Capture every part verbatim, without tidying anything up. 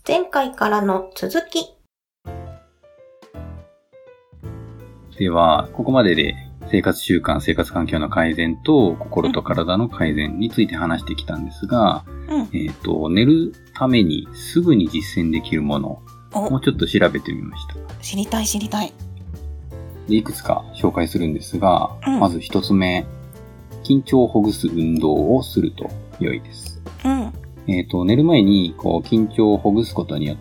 前回からの続き。 では、ここまでで生活習慣、生活環境の改善と心と体の改善について話してきたんですが、うん、えっと、寝るためにすぐに実践できるもの、もうちょっと調べてみました。 知りたい知りたい。 でいくつか紹介するんですが、うん、まず一つ目、緊張をほぐす運動をすると良いです。うん、えっと、寝る前にこう緊張をほぐすことによって、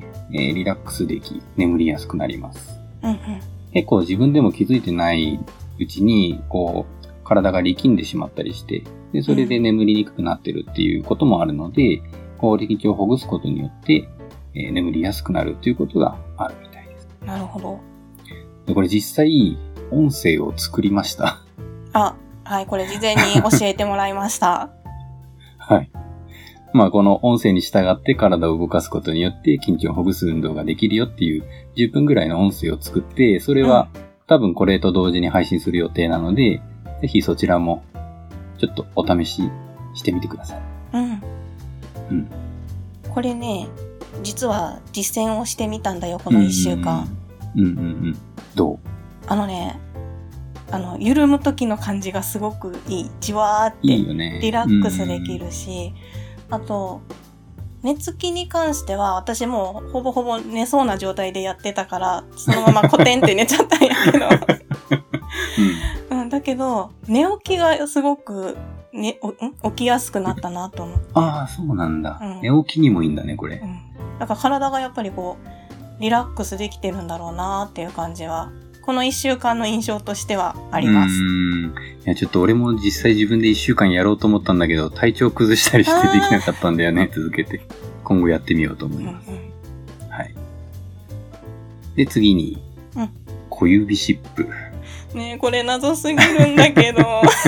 えー、リラックスでき、眠りやすくなります。うんうん、結構自分でも気づいてないうちに、こう、体が力んでしまったりして、で、それで眠りにくくなってるっていうこともあるので、こう、緊張をほぐすことによって、えー、眠りやすくなるということがあるみたいです。 なるほど。 でこれ実際、音声を作りました。 あ、はい、これ事前に教えてもらいました。 はい。まあ、この音声に従って体を動かすことによって緊張をほぐす運動ができるよっていうじゅっぷんぐらいの音声を作って、それは多分これと同時に配信する予定なので、ぜひそちらもちょっとお試ししてみてください。うん。うん。 これね、実は実践をしてみたんだよ、このいっしゅうかん。 うんうんうん。うんうんうん。どう？ あのね、あの、緩む時の感じがすごくいい。じわーって。いいよね。リラックスできるし、あと、寝つきに関しては、私もうほぼほぼ寝そうな状態でやってたから、そのままコテンって寝ちゃったんやけど。うんうん、だけど、寝起きがすごく、ね、起きやすくなったなと思って。 ああ、そうなんだ、うん。寝起きにもいいんだね、これ。うん。 だから体がやっぱりこう、リラックスできてるんだろうなっていう感じは、この一週間の印象としてはあります。 うーん。いや、ちょっと俺も実際自分で一週間やろうと思ったんだけど、体調崩したりしてできなかったんだよね、続けて。今後やってみようと思います。うんうん、はい。で、次に、うん、小指湿布。 ねえ、これ謎すぎるんだけど。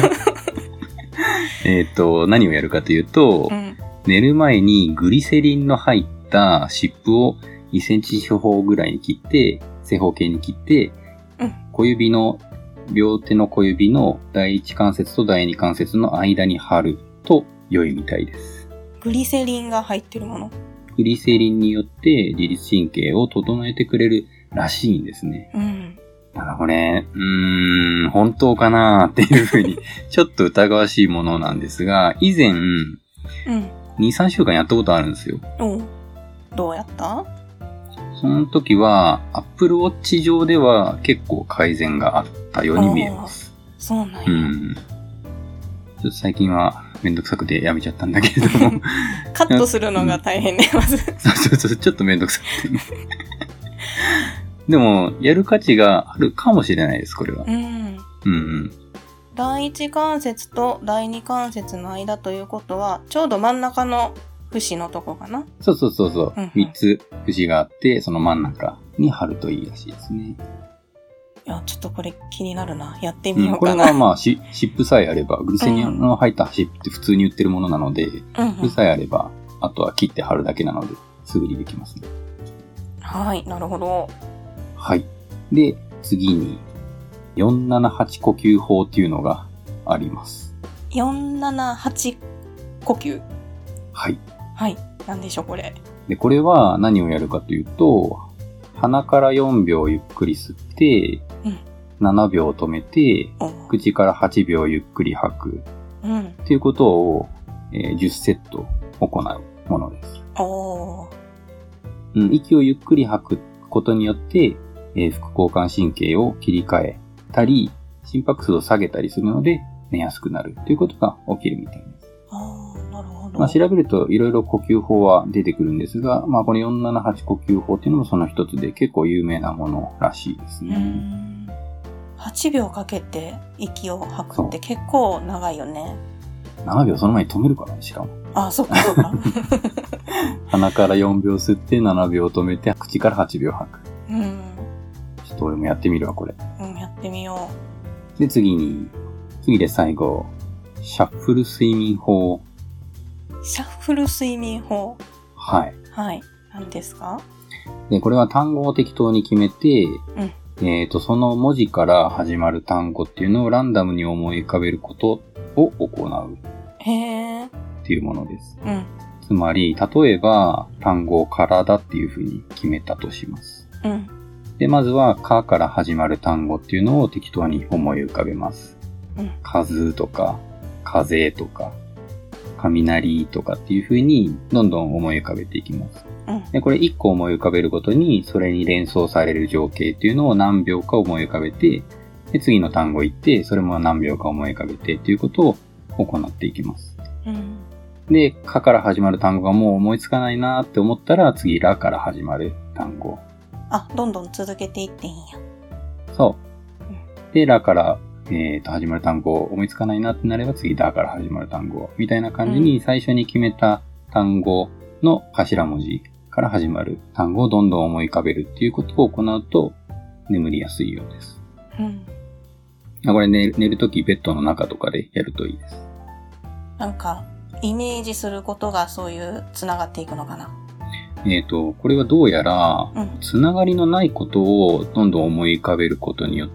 えっと、何をやるかというと、うん、寝る前にグリセリンの入った湿布をにセンチ四方ぐらいに切って、正方形に切って、うん、小指の、両手の小指の第一関節と第二関節の間に貼ると良いみたいです。 グリセリンが入ってるもの。 グリセリンによって自律神経を整えてくれるらしいんですね。うん。だからこれ、うーん、本当かなーっていうふうに、ちょっと疑わしいものなんですが、以前、うん、に、さんしゅうかんやったことあるんですよ。 おう。どうやった？ その時は、Apple Watch 上では結構改善があったように見えます。 そうなんや。 うん。ちょっと最近はめんどくさくてやめちゃったんだけれども。 カットするのが大変ね、まず。 そうそうそう、ちょっとめんどくさくて。でも、やる価値があるかもしれないです、これは。うん。うんうん。 第一関節と第二関節の間ということは、ちょうど真ん中の節のとこかな？ そうそうそうそう。うんうん、みっつ節があって、その真ん中に貼るといいらしいですね。 いや、ちょっとこれ気になるな。やってみようかな。 うん、これがまあ、湿布さえあれば、グリセリンの入った湿布って普通に売ってるものなので、湿布さえあれば、あとは切って貼るだけなので、すぐにできますね。 はい、なるほど。 はい。で、次に、よんななはち呼吸法っていうのがあります。 よんななはち呼吸。 はい。 はい。なんでしょう、これ。 で、これは何をやるかというと、鼻からよんびょうゆっくり吸って、うん、ななびょう止めて、口からはちびょうゆっくり吐く。うん。っていうことを、えー、じゅっセット行うものです。おー。うん、息をゆっくり吐くことによって、えー、副交感神経を切り替えたり、心拍数を下げたりするので、寝やすくなるということが起きるみたいです。 ああ、なるほど。 まあ、調べるといろいろ呼吸法は出てくるんですが、まあ、このよんななはち呼吸法っていうのもその一つで結構有名なものらしいですね。うーん、 はちびょうかけて息を吐くって結構長いよね。 ななびょうその前に止めるからね、しかも。 ああ、そっかそっか。 鼻からよんびょう吸ってななびょう止めて、口からはちびょう吐く。うん。ちょっと俺もやってみるわ、これ。 うん、やってみよう。で、次に、次で最後、シャッフル睡眠法。 シャッフル睡眠法。 はい。 はい。何ですか？ で、これは単語を適当に決めて、うん、えっと、その文字から始まる単語っていうのをランダムに思い浮かべることを行う。へー。っていうものです。うん。 つまり、例えば、単語を体っていう風に決めたとします。 うん。 で、まずは、かから始まる単語っていうのを適当に思い浮かべます。 うん。 数とか、風とか、雷とかっていう風に、どんどん思い浮かべていきます。 うん。 で、これいっこ思い浮かべるごとに、それに連想される情景っていうのを何秒か思い浮かべて、で、次の単語行って、それも何秒か思い浮かべてっていうことを行っていきます。 うん。 で、かから始まる単語がもう思いつかないなーって思ったら、次、らから始まる単語。 あ、どんどん続けていっていいんや。 そう。うん、で、らから、えーと、始まる単語を思いつかないなってなれば、次、だから始まる単語。みたいな感じに、最初に決めた単語の頭文字から始まる単語をどんどん思い浮かべるっていうことを行うと、眠りやすいようです。 うん。 これ寝る、寝るときベッドの中とかでやるといいです。 なんか、イメージすることがそういう繋がっていくのかな。 えっと、これはどうやら、うん、繋がりのないことをどんどん思い浮かべることによって、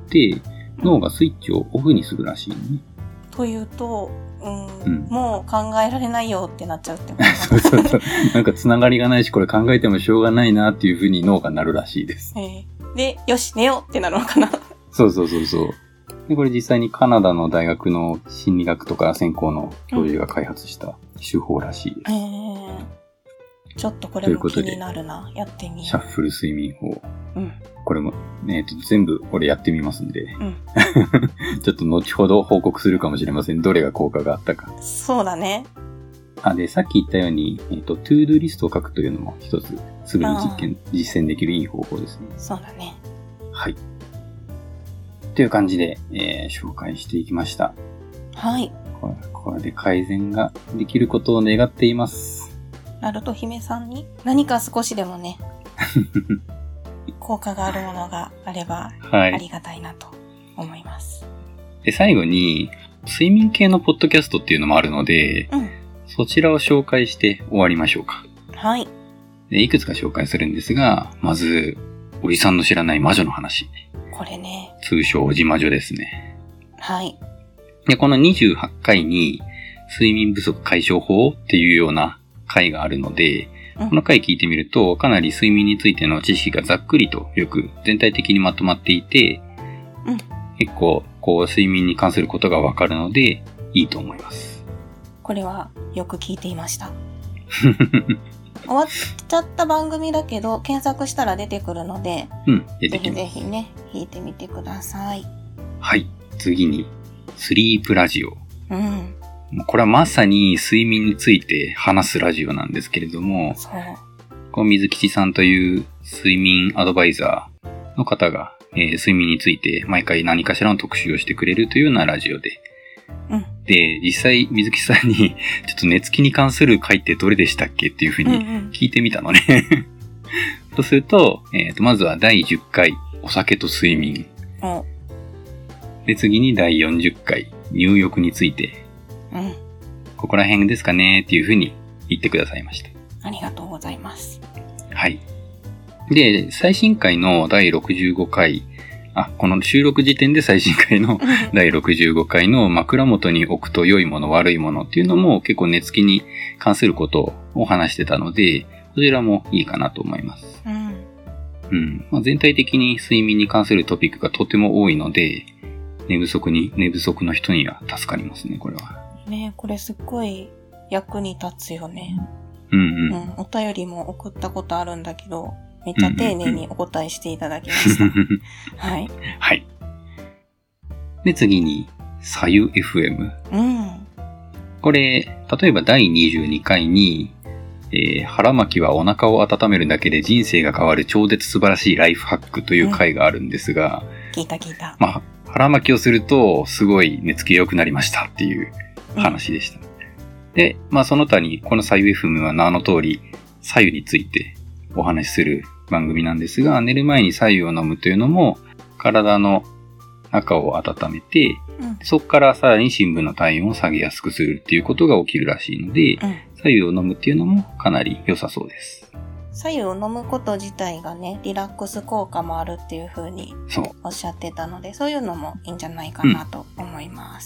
脳がスイッチをオフにするらしいね。 というと、うん、 うん、 もう考えられないよってなっちゃうってことそうそうそう。なんか繋がりがないし、これ考えてもしょうがないなっていうふうに脳がなるらしいです。 えー、で、よし、寝ようってなるのかな。 そうそうそうそう。で、これ実際にカナダの大学の心理学とか専攻の教授が開発した手法らしいです。 うん、えー、ちょっとこれも気になるな。やってみよう。 シャッフル睡眠法。 うん。 これも、えっと、全部これやってみますんで。 うん。 ちょっと後ほど報告するかもしれません。どれが効果があったか。 そうだね。 あ、で、さっき言ったように、えっと、トゥードゥリストを書くというのも一つ、すぐに実験、実践できるいい方法ですね。 そうだね。 はい。という感じで、えー、紹介していきました。 はい。 これ、これで改善ができることを願っています。 ナルト姫さんに何か少しでもね、効果があるものがあれば、ありがたいなと思います。 で、最後に、睡眠系のポッドキャストっていうのもあるので、 うん、 そちらを紹介して終わりましょうか。 はい。 で、いくつか紹介するんですが、まず、おじさんの知らない魔女の話。 これね。 通称、おじ魔女ですね。 はい。 で、このにじゅうはちかいに、睡眠不足解消法っていうような回があるので、うん、この回聞いてみると、かなり睡眠についての知識がざっくりとよく全体的にまとまっていて、 うん、 結構、こう、睡眠に関することがわかるので、いいと思います。 これはよく聞いていました。終わっちゃった番組だけど、検索したら出てくるので、 うん、出てきます。 ぜひぜひね、聞いてみてください。 はい。次に、スリープラジオ。 うん。 これはまさに睡眠について話すラジオなんですけれども、 そう。 こう水吉さんという睡眠アドバイザーの方が、えー、睡眠について毎回何かしらの特集をしてくれるというようなラジオで、 うん、 で、実際水木さんにちょっと寝つきに関する回ってどれでしたっけっていうふうに聞いてみたのね。うんうん、とすると、えーと、まずはだいじゅっかいお酒と睡眠。 うん、 で、次にだいよんじゅっかい入浴について。 うん、 ここら辺ですかねっていうふうに言ってくださいました。 ありがとうございます。 はい。で、最新回のだいろくじゅうごかい、あ、この収録時点で最新回のだいろくじゅうごかいの枕元に置くと良いもの悪いものっていうのも結構寝つきに関することを話してたので、こちらもいいかなと思います。 うん。 うん。まあ、全体的に睡眠に関するトピックがとても多いので、寝不足に、寝不足の人には助かりますね、これは。 ねえ、これすっごい役に立つよね。 うんうん。 うん。お便りも送ったことあるんだけど、めっちゃ丁寧にお答えしていただきました。うんうんうん、はい。 はい。で、次に、さゆ エフエム。 うん。 これ、例えばだいにじゅうにかいに、えー、腹巻きはお腹を温めるだけで人生が変わる超絶素晴らしいライフハックという回があるんですが、 うん、聞いた聞いた。 まあ、腹巻きをすると、すごい寝つきが良くなりましたっていう話でした。うん、で、まあその他に、このさゆ エフエム は名の通り、さゆについてお話しする番組なんですが、寝る前に白湯を飲むというのも、体の中を温めて、うん、そこからさらに深部の体温を下げやすくするっていうことが起きるらしいので、うん、白湯を飲むっていうのもかなり良さそうです。 白湯を飲むこと自体がね、リラックス効果もあるっていう風におっしゃってたので、そういうのもいいんじゃないかなと思います。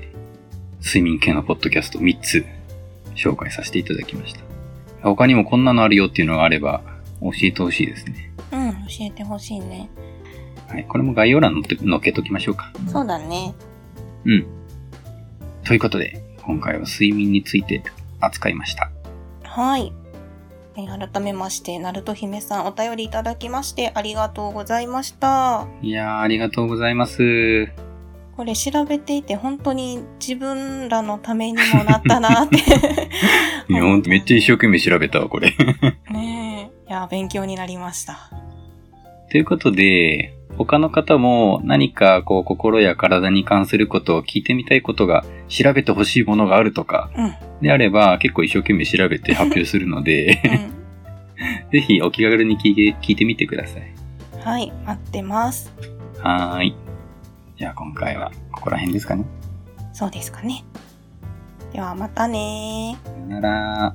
うん、はい。ということで、睡眠系のポッドキャストみっつ紹介させていただきました。他にもこんなのあるよっていうのがあれば教えてほしいですね。 うん、教えてほしいね。 はい、これも概要欄に載っけときましょうか。 そうだね。 うん。ということで、今回は睡眠について扱いました。 はい。改めまして、なると姫さんお便りいただきましてありがとうございました。 いやー、ありがとうございます。 これ調べていて本当に自分らのためにもなったなっていや、ほんとめっちゃ一生懸命調べたわ、これ。 ねえ。いや、勉強になりました。 ということで、他の方も何かこう心や体に関することを聞いてみたいことが調べてほしいものがあるとか、うん、であれば結構一生懸命調べて発表するので、うん、ぜひお気軽に聞いて、聞いてみてください。 はい、待ってます。 はーい。じゃあ今回はここら辺ですかね。 そうですかね。ではまたねー。 さよなら。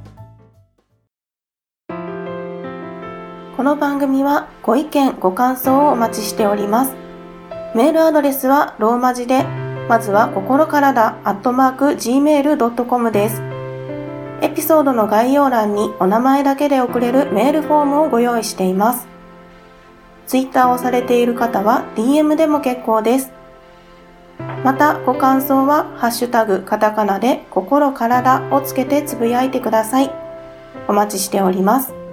この番組はご意見ご感想をお待ちしております。メールアドレスはローマ字で、まずは心からだアットマーク ジーメールドットコム です。エピソードの概要欄にお名前だけで送れるメールフォームをご用意しています。ツイッターをされている方は ディーエム でも結構です。またご感想はハッシュタグカタカナで心からだをつけてつぶやいてください。お待ちしております。